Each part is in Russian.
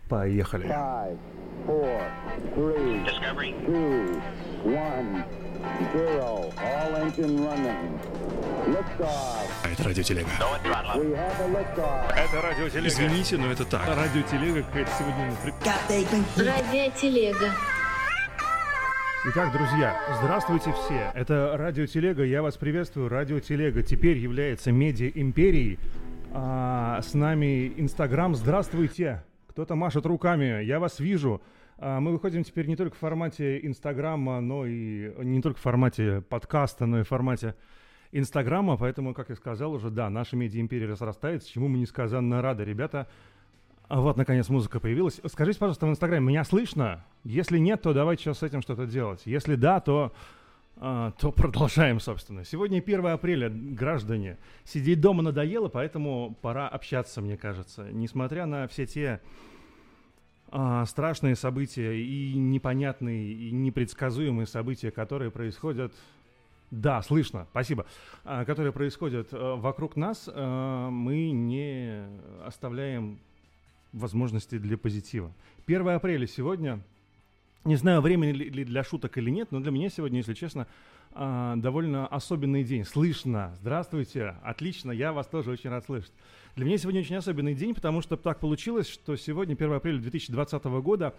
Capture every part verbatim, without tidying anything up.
Поехали. Five, four, three, two, one, zero. All engine running. Liftoff. А это радиотелега. We have a liftoff. Это радиотелега. Извините, но это так. Радиотелега какая-то сегодня... Радиотелега. Итак, друзья, здравствуйте все. Это радиотелега. Я вас приветствую. Радиотелега теперь является медиа-империей. А с нами Инстаграм. Здравствуйте. Кто-то машет руками. Я вас вижу. А мы выходим теперь не только в формате Инстаграма, но и не только в формате подкаста, но и в формате Инстаграма. Поэтому, как я сказал уже, да, наша медиа-империя разрастается, чему мы несказанно рады. Ребята, вот, наконец, музыка появилась. Скажите, пожалуйста, в Инстаграме меня слышно? Если нет, то давайте сейчас с этим что-то делать. Если да, то... А, то продолжаем, собственно. Сегодня первое апреля, граждане. Сидеть дома надоело, поэтому пора общаться, мне кажется. Несмотря на все те а, страшные события и непонятные, и непредсказуемые события, которые происходят... Да, слышно, спасибо. А, которые происходят а, вокруг нас, а, мы не оставляем возможности для позитива. первое апреля сегодня... Не знаю, время ли для шуток или нет, но для меня сегодня, если честно, довольно особенный день. Слышно. Здравствуйте. Отлично. Я вас тоже очень рад слышать. Для меня сегодня очень особенный день, потому что так получилось, что сегодня первое апреля две тысячи двадцатого года,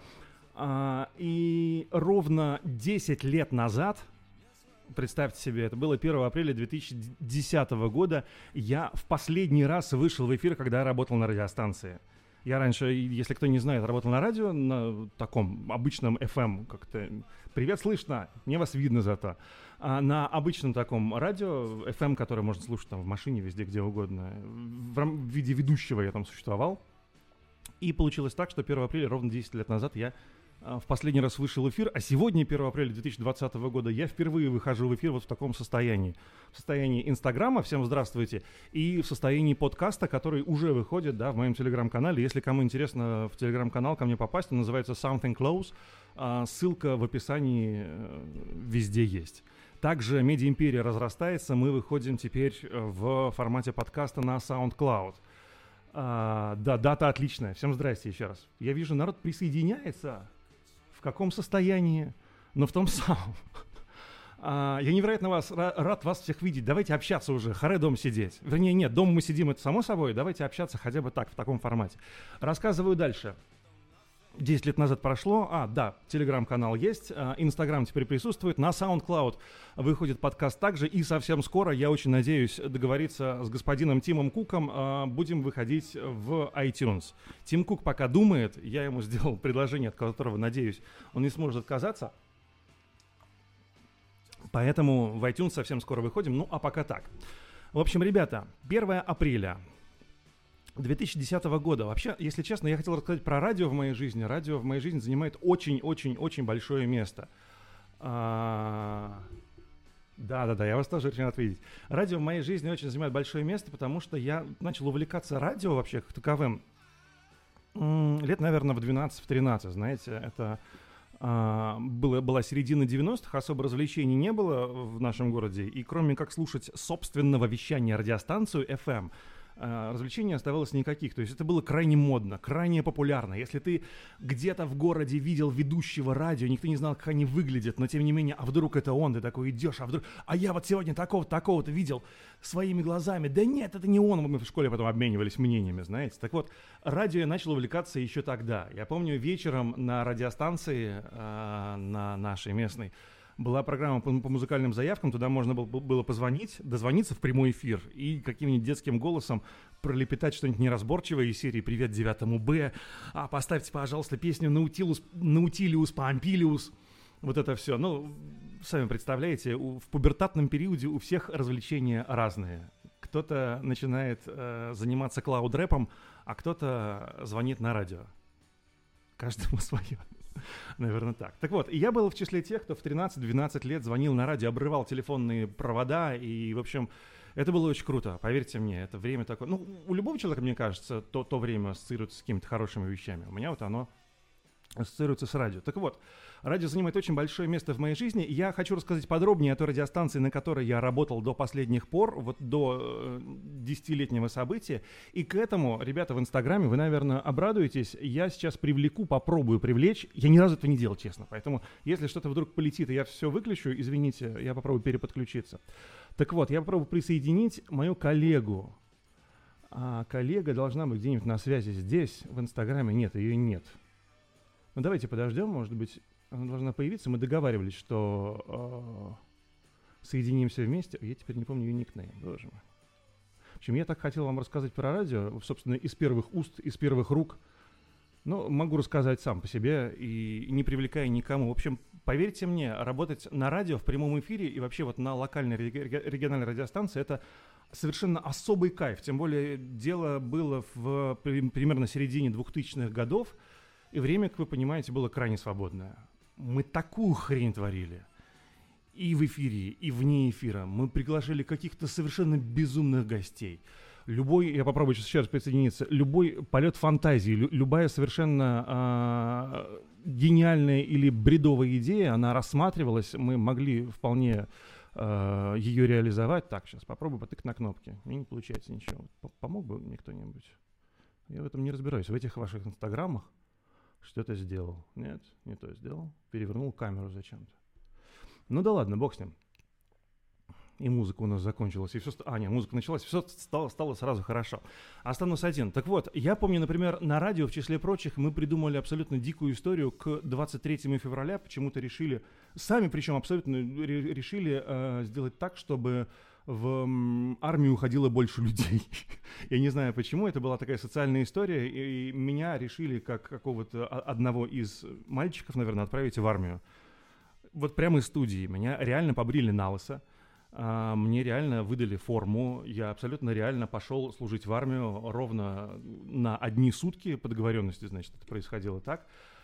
и ровно десять лет назад, представьте себе, это было первое апреля две тысячи десятого года, я в последний раз вышел в эфир, когда я работал на радиостанции. Я раньше, если кто не знает, работал на радио, на таком обычном эф эм, как-то «Привет, слышно!» Мне вас видно зато. А на обычном таком радио, эф эм, которое можно слушать там в машине, везде, где угодно, в, в виде ведущего я там существовал. И получилось так, что первое апреля, ровно десять лет назад, я в последний раз вышел в эфир, а сегодня, первое апреля две тысячи двадцатого года, я впервые выхожу в эфир вот в таком состоянии. В состоянии Инстаграма, всем здравствуйте, и в состоянии подкаста, который уже выходит, да, в моем Телеграм-канале. Если кому интересно в Телеграм-канал ко мне попасть, он называется Something Close. А, ссылка в описании везде есть. Также медиа-империя разрастается, мы выходим теперь в формате подкаста на SoundCloud. А, да, дата отличная. Всем здрасте еще раз. Я вижу, народ присоединяется. В каком состоянии? Но в том самом. А, я невероятно вас, рад вас всех видеть. Давайте общаться уже. Харе дома сидеть. Вернее, нет, дома мы сидим, это само собой. Давайте общаться хотя бы так, в таком формате. Рассказываю дальше. десять лет назад прошло. А, да, Телеграм-канал есть. Инстаграм теперь присутствует. На SoundCloud выходит подкаст также. И совсем скоро, я очень надеюсь, договориться с господином Тимом Куком. Будем выходить в iTunes. Тим Кук пока думает. Я ему сделал предложение, от которого, надеюсь, он не сможет отказаться. Поэтому в iTunes совсем скоро выходим. Ну, а пока так. В общем, ребята, первое апреля две тысячи десятого года. Вообще, если честно, я хотел рассказать про радио в моей жизни. Радио в моей жизни занимает очень-очень-очень большое место. А... Да-да-да, я вас тоже очень рад видеть. Радио в моей жизни очень занимает большое место, потому что я начал увлекаться радио вообще как таковым лет, наверное, в двенадцать-тринадцать, знаете. Это а, было, была середина девяностых, особо развлечений не было в нашем городе. И кроме как слушать собственного вещания радиостанцию эф эм, развлечений оставалось никаких. То есть это было крайне модно, крайне популярно. Если ты где-то в городе видел ведущего радио, никто не знал, как они выглядят, но тем не менее, а вдруг это он, ты такой идешь, а вдруг, а я вот сегодня такого-то, такого-то видел своими глазами. Да нет, это не он. Мы в школе потом обменивались мнениями, знаете. Так вот, радио я начал увлекаться еще тогда. Я помню, вечером на радиостанции, э, на нашей местной, была программа по, по музыкальным заявкам, туда можно было, было позвонить, дозвониться в прямой эфир и каким-нибудь детским голосом пролепетать что-нибудь неразборчивое из серии «Привет девятому Б», а поставьте, пожалуйста, песню «Наутилус, Наутилиус Помпилиус». Вот это все. Ну, сами представляете, у, в пубертатном периоде у всех развлечения разные. Кто-то начинает э, заниматься клауд-рэпом, а кто-то звонит на радио. Каждому свое. Наверное, так. Так вот, я был в числе тех, кто в тринадцать-двенадцать лет звонил на радио, обрывал телефонные провода, и, в общем, это было очень круто, поверьте мне, это время такое... Ну, у любого человека, мне кажется, то, то время ассоциируется с какими-то хорошими вещами. У меня вот оно ассоциируется с радио. Так вот, радио занимает очень большое место в моей жизни. Я хочу рассказать подробнее о той радиостанции, на которой я работал до последних пор, вот до десятилетнего события. И к этому, ребята, в Инстаграме, вы, наверное, обрадуетесь. Я сейчас привлеку, попробую привлечь. Я ни разу этого не делал, честно. Поэтому, если что-то вдруг полетит, и я все выключу, извините, я попробую переподключиться. Так вот, я попробую присоединить мою коллегу. А коллега должна быть где-нибудь на связи здесь, в Инстаграме. Нет, ее нет. Ну, давайте подождем, может быть, она должна появиться. Мы договаривались, что э, соединимся вместе. Я теперь не помню ее никнейм, боже мой. В общем, я так хотел вам рассказать про радио, собственно, из первых уст, из первых рук. Но могу рассказать сам по себе и не привлекая никому. В общем, поверьте мне, работать на радио в прямом эфире и вообще вот на локальной региональной радиостанции — это совершенно особый кайф. Тем более дело было в примерно середине двухтысячных годов. И время, как вы понимаете, было крайне свободное. Мы такую хрень творили. И в эфире, и вне эфира. Мы приглашали каких-то совершенно безумных гостей. Любой, я попробую сейчас еще раз присоединиться, любой полет фантазии, лю- любая совершенно а, гениальная или бредовая идея, она рассматривалась, мы могли вполне а, ее реализовать. Так, сейчас попробую потыкать на кнопки. Мне не получается ничего. Помог бы мне кто-нибудь? Я в этом не разбираюсь. В этих ваших инстаграмах что-то сделал. Нет, не то сделал. Перевернул камеру зачем-то. Ну да ладно, бог с ним. И музыка у нас закончилась, и все... А, нет, музыка началась, все стало, стало сразу хорошо. Останусь один. Так вот, я помню, например, на радио, в числе прочих, мы придумали абсолютно дикую историю. К двадцать третьему февраля почему-то решили, сами причем абсолютно решили э, сделать так, чтобы в м, армию уходило больше людей. Я не знаю почему, это была такая социальная история, и меня решили, как какого-то одного из мальчиков, наверное, отправить в армию. Вот прямо из студии. Меня реально побрили на лысо. Uh, мне реально выдали форму, я абсолютно реально пошел служить в армию ровно на одни сутки, по договоренности, значит, это происходило так,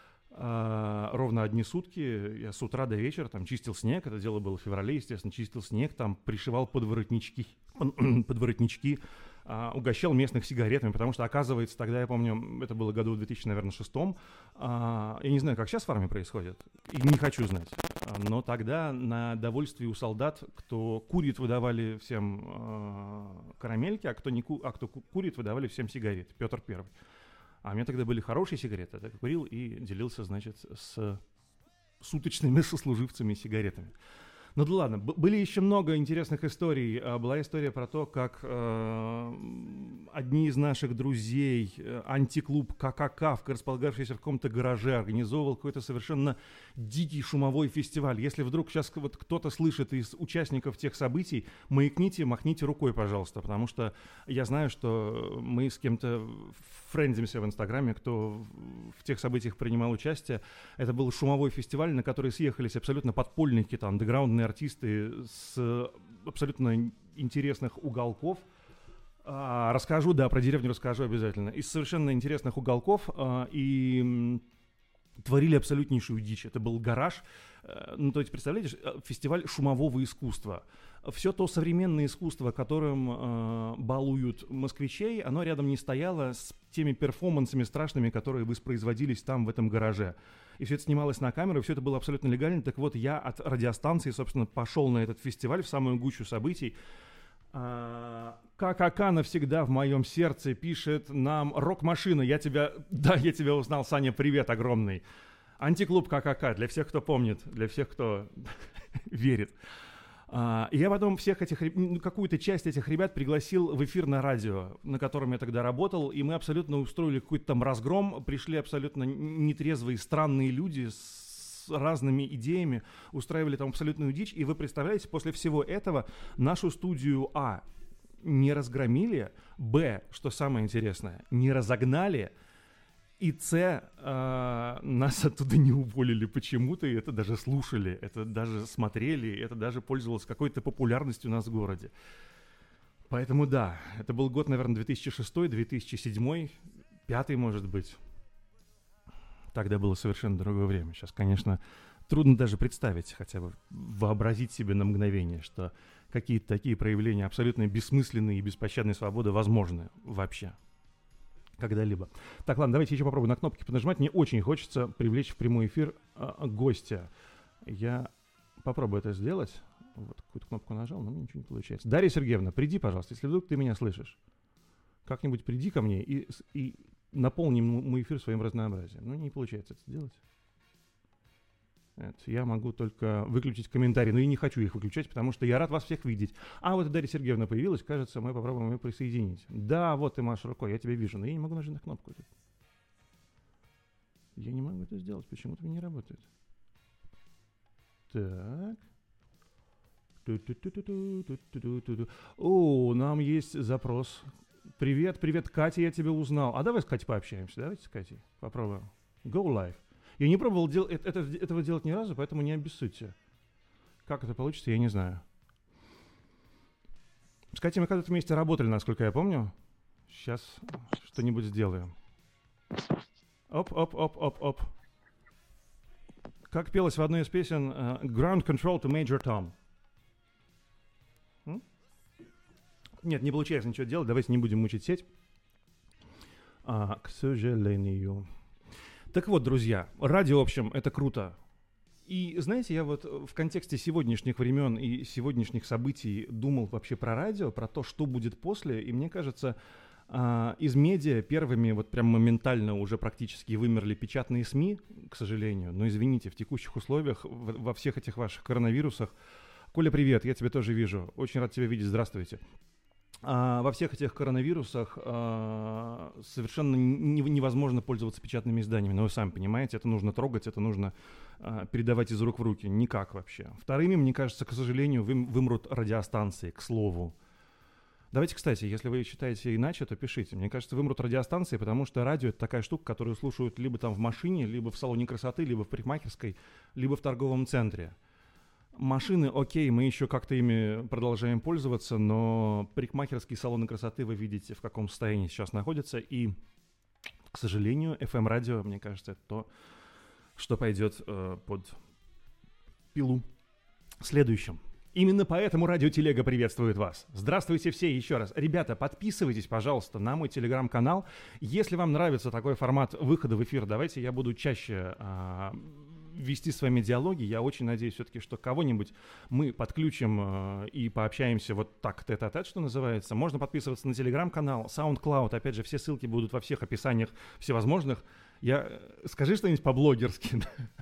uh, ровно одни сутки, я с утра до вечера там чистил снег, это дело было в феврале, естественно, чистил снег, там пришивал подворотнички, подворотнички, Uh, угощал местных сигаретами, потому что, оказывается, тогда, я помню, это было году в две тысячи шестом, uh, я не знаю, как сейчас в армии происходит, и не хочу знать, uh, но тогда на довольствие у солдат, кто курит, выдавали всем uh, карамельки, а кто, не ку- а кто курит, выдавали всем сигареты, Петр Первый. А у меня тогда были хорошие сигареты, я курил и делился, значит, с суточными сослуживцами сигаретами. Ну да ладно, Б- были еще много интересных историй. А, была история про то, как э, одни из наших друзей, э, антиклуб ККК, располагавшийся в каком-то гараже, организовывал какой-то совершенно дикий шумовой фестиваль. Если вдруг сейчас вот кто-то слышит из участников тех событий, маякните, махните рукой, пожалуйста, потому что я знаю, что мы с кем-то френдимся в Инстаграме, кто в тех событиях принимал участие. Это был шумовой фестиваль, на который съехались абсолютно подпольники, там, андеграундные артисты с абсолютно интересных уголков. А, расскажу, да, про деревню расскажу обязательно. Из совершенно интересных уголков а, и м, творили абсолютнейшую дичь. Это был гараж. А, ну, то есть, представляете, фестиваль шумового искусства. Все то современное искусство, которым а, балуют москвичей, оно рядом не стояло с теми перформансами страшными, которые воспроизводились там, в этом гараже. И все это снималось на камеру, и все это было абсолютно легально. Так вот, я от радиостанции, собственно, пошел на этот фестиваль, в самую гущу событий. А, ККК навсегда в моем сердце, пишет нам Рок-машина. Я тебя, да, я тебя узнал, Саня, привет огромный. Антиклуб ККК, для всех, кто помнит, для всех, кто верит. Uh, и я потом всех этих, ну, какую-то часть этих ребят пригласил в эфир на радио, на котором я тогда работал, и мы абсолютно устроили какой-то там разгром, пришли абсолютно нетрезвые, странные люди с разными идеями, устраивали там абсолютную дичь, и вы представляете, после всего этого нашу студию А не разгромили, Б, что самое интересное, не разогнали, и С, э, нас оттуда не уволили почему-то, и это даже слушали, это даже смотрели, это даже пользовалось какой-то популярностью у нас в городе. Поэтому да, это был год, наверное, две тысячи шестой, две тысячи седьмой, пятый, может быть. Тогда было совершенно другое время. Сейчас, конечно, трудно даже представить, хотя бы вообразить себе на мгновение, что какие-то такие проявления абсолютно бессмысленной и беспощадной свободы возможны вообще. когда-либо. Так, ладно, давайте еще попробуем на кнопки поднажимать. Мне очень хочется привлечь в прямой эфир а, гостя. Я попробую это сделать. Вот какую-то кнопку нажал, но мне ничего не получается. Дарья Сергеевна, приди, пожалуйста, если вдруг ты меня слышишь. Как-нибудь приди ко мне и, и наполни мой эфир своим разнообразием. Ну, не получается это сделать. Это, я могу только выключить комментарии, но я не хочу их выключать, потому что я рад вас всех видеть. А вот Дарья Сергеевна появилась, кажется, мы попробуем ее присоединить. Да, вот ты машешь рукой, я тебя вижу, но я не могу нажать на кнопку. Я не могу это сделать, почему-то мне не работает. Так. О, нам есть запрос. Привет, привет, Катя, я тебя узнал. А давай с Катей пообщаемся, давайте с Катей попробуем. Go live. Я не пробовал дел- это, это, этого делать ни разу, поэтому не обессудьте. Как это получится, я не знаю. С Катей мы когда-то вместе работали, насколько я помню. Сейчас что-нибудь сделаем. Оп-оп-оп-оп-оп. Как пелось в одной из песен uh, Ground Control to Major Tom. М? Нет, не получается ничего делать, давайте не будем мучить сеть. А, к сожалению. Так вот, друзья, радио, в общем, это круто. И, знаете, я вот в контексте сегодняшних времен и сегодняшних событий думал вообще про радио, про то, что будет после, и мне кажется, а, из медиа первыми вот прям моментально уже практически вымерли печатные СМИ, к сожалению. Но извините, в текущих условиях, в, во всех этих ваших коронавирусах. Коля, привет, я тебя тоже вижу. Очень рад тебя видеть, здравствуйте. А, во всех этих коронавирусах а, совершенно не, невозможно пользоваться печатными изданиями. Но вы сами понимаете, это нужно трогать, это нужно а, передавать из рук в руки. Никак вообще. Вторыми, мне кажется, к сожалению, вым, вымрут радиостанции, к слову. Давайте, кстати, если вы считаете иначе, то пишите. Мне кажется, вымрут радиостанции, потому что радио — это такая штука, которую слушают либо там в машине, либо в салоне красоты, либо в парикмахерской, либо в торговом центре. Машины, окей, мы еще как-то ими продолжаем пользоваться, но парикмахерские салоны красоты вы видите, в каком состоянии сейчас находятся. И, к сожалению, эф эм-радио, мне кажется, это то, что пойдет э, под пилу. Следующим. Именно поэтому Радио Телега приветствует вас. Здравствуйте все еще раз. Ребята, подписывайтесь, пожалуйста, на мой телеграм-канал. Если вам нравится такой формат выхода в эфир, давайте я буду чаще а, вести с вами диалоги. Я очень надеюсь все-таки, что кого-нибудь мы подключим а, и пообщаемся вот так, тет-а-тет, что называется. Можно подписываться на телеграм-канал, SoundCloud. Опять же, все ссылки будут во всех описаниях всевозможных. Я... Скажи что-нибудь по-блогерски.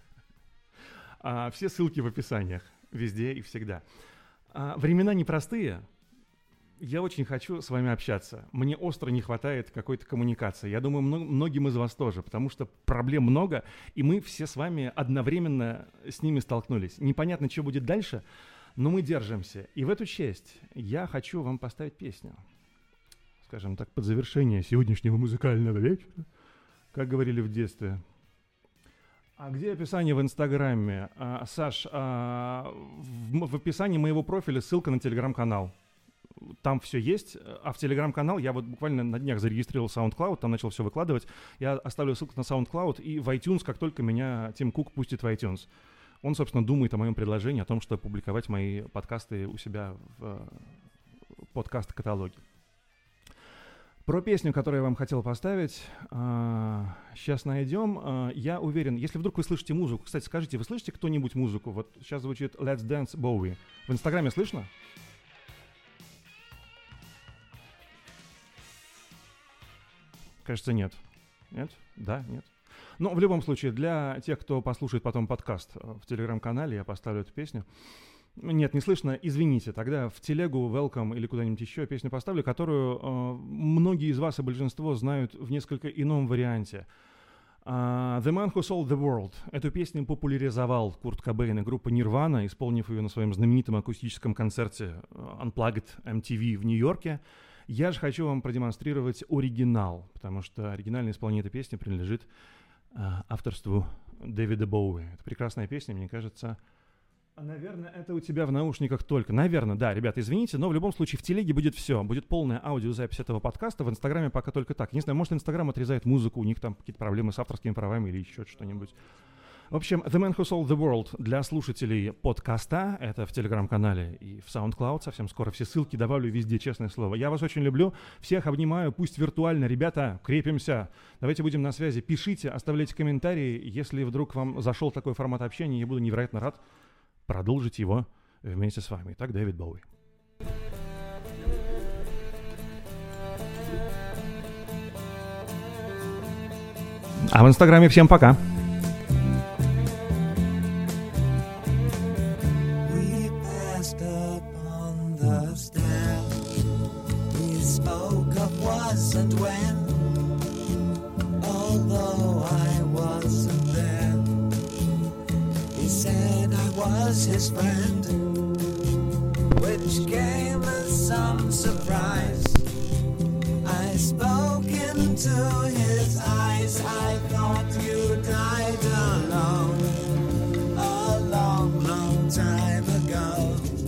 Все ссылки в описаниях. Везде и всегда. А, времена непростые. Я очень хочу с вами общаться. Мне остро не хватает какой-то коммуникации. Я думаю, много, многим из вас тоже, потому что проблем много, и мы все с вами одновременно с ними столкнулись. Непонятно, что будет дальше, но мы держимся. И в эту честь я хочу вам поставить песню. Скажем так, под завершение сегодняшнего музыкального вечера, как говорили в детстве. А где описание в Инстаграме? А, Саш, а, в, в описании моего профиля ссылка на Телеграм-канал. Там все есть, а в Телеграм-канал я вот буквально на днях зарегистрировал SoundCloud, там начал все выкладывать. Я оставлю ссылку на SoundCloud и в iTunes, как только меня Тим Кук пустит в iTunes. Он, собственно, думает о моем предложении, о том, что публиковать мои подкасты у себя в подкаст-каталоге. Про песню, которую я вам хотел поставить, а, сейчас найдем. А, я уверен, если вдруг вы слышите музыку, кстати, скажите, вы слышите кто-нибудь музыку? Вот сейчас звучит Let's Dance Bowie. В Инстаграме слышно? Кажется, нет. Нет? Да? Нет? Но в любом случае, для тех, кто послушает потом подкаст в Телеграм-канале, я поставлю эту песню. Нет, не слышно, извините, тогда в телегу, welcome или куда-нибудь еще песню поставлю, которую э, многие из вас и большинство знают в несколько ином варианте. Uh, The Man Who Sold the World. Эту песню популяризовал Курт Кобейн и группа Nirvana, исполнив ее на своем знаменитом акустическом концерте Unplugged эм ти ви в Нью-Йорке. Я же хочу вам продемонстрировать оригинал, потому что оригинальное исполнение этой песни принадлежит uh, авторству Дэвида Боуи. Это прекрасная песня, мне кажется... Наверное, это у тебя в наушниках только. Наверное, да, ребята, извините, но в любом случае в телеге будет все. Будет полная аудиозапись этого подкаста, в Инстаграме пока только так. Не знаю, может, Инстаграм отрезает музыку, у них там какие-то проблемы с авторскими правами или еще что-нибудь. В общем, The Man Who Sold the World для слушателей подкаста. Это в Телеграм-канале и в SoundCloud. Совсем скоро все ссылки добавлю везде, честное слово. Я вас очень люблю. Всех обнимаю. Пусть виртуально. Ребята, крепимся. Давайте будем на связи. Пишите, оставляйте комментарии. Если вдруг вам зашел такой формат общения, я буду невероятно рад продолжить его вместе с вами. Итак, Дэвид Боуи. А в Инстаграме всем пока. And when, although I wasn't there, he said I was his friend, which came as some surprise. I spoke into his eyes. I thought you died alone a long, long time ago.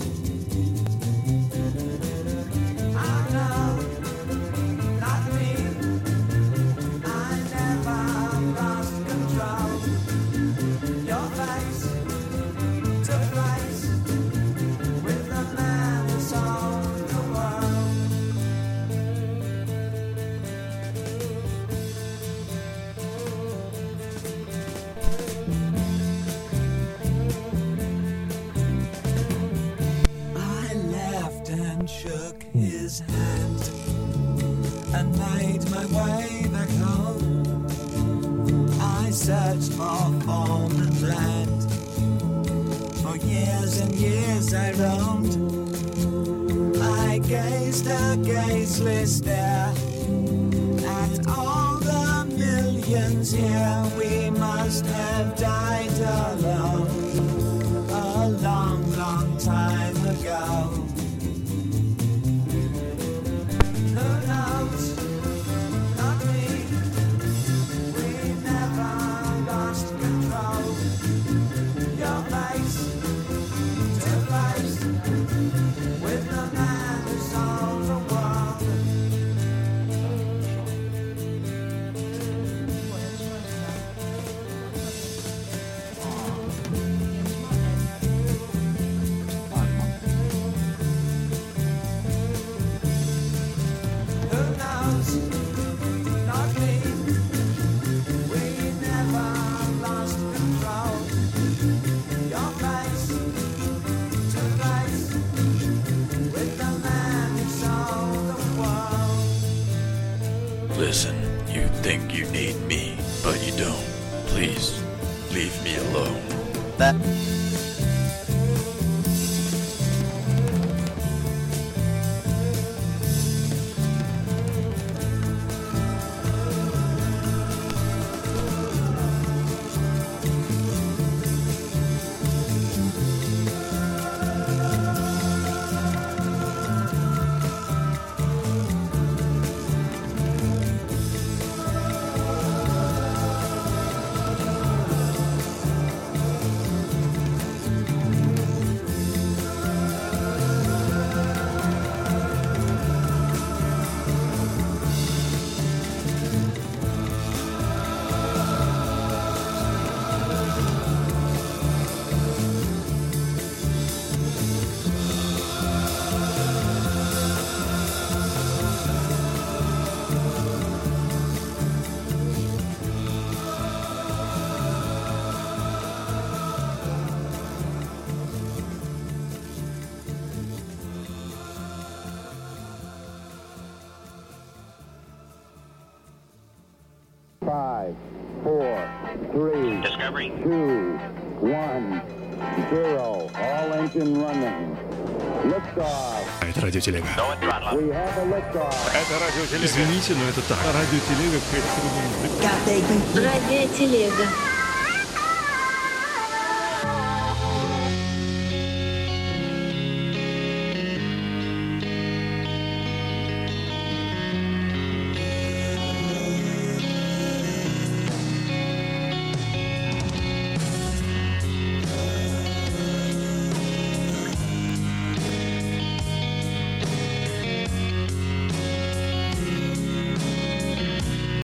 Shook his hand and made my way back home. I searched for form and land. For years and years I roamed. I gazed a gazeless stare at all the millions here. We must have died alone a long, long time ago. Listen, you think you need me, but you don't. Please, leave me alone. That Five, four, three, Discovery. two, one, zero. All engine running. Liftoff. Это радиотелега. No throttle. We have a liftoff. Это радиотелега. Извините, но это так. Радиотелега какая-то трудная. Радиотелега.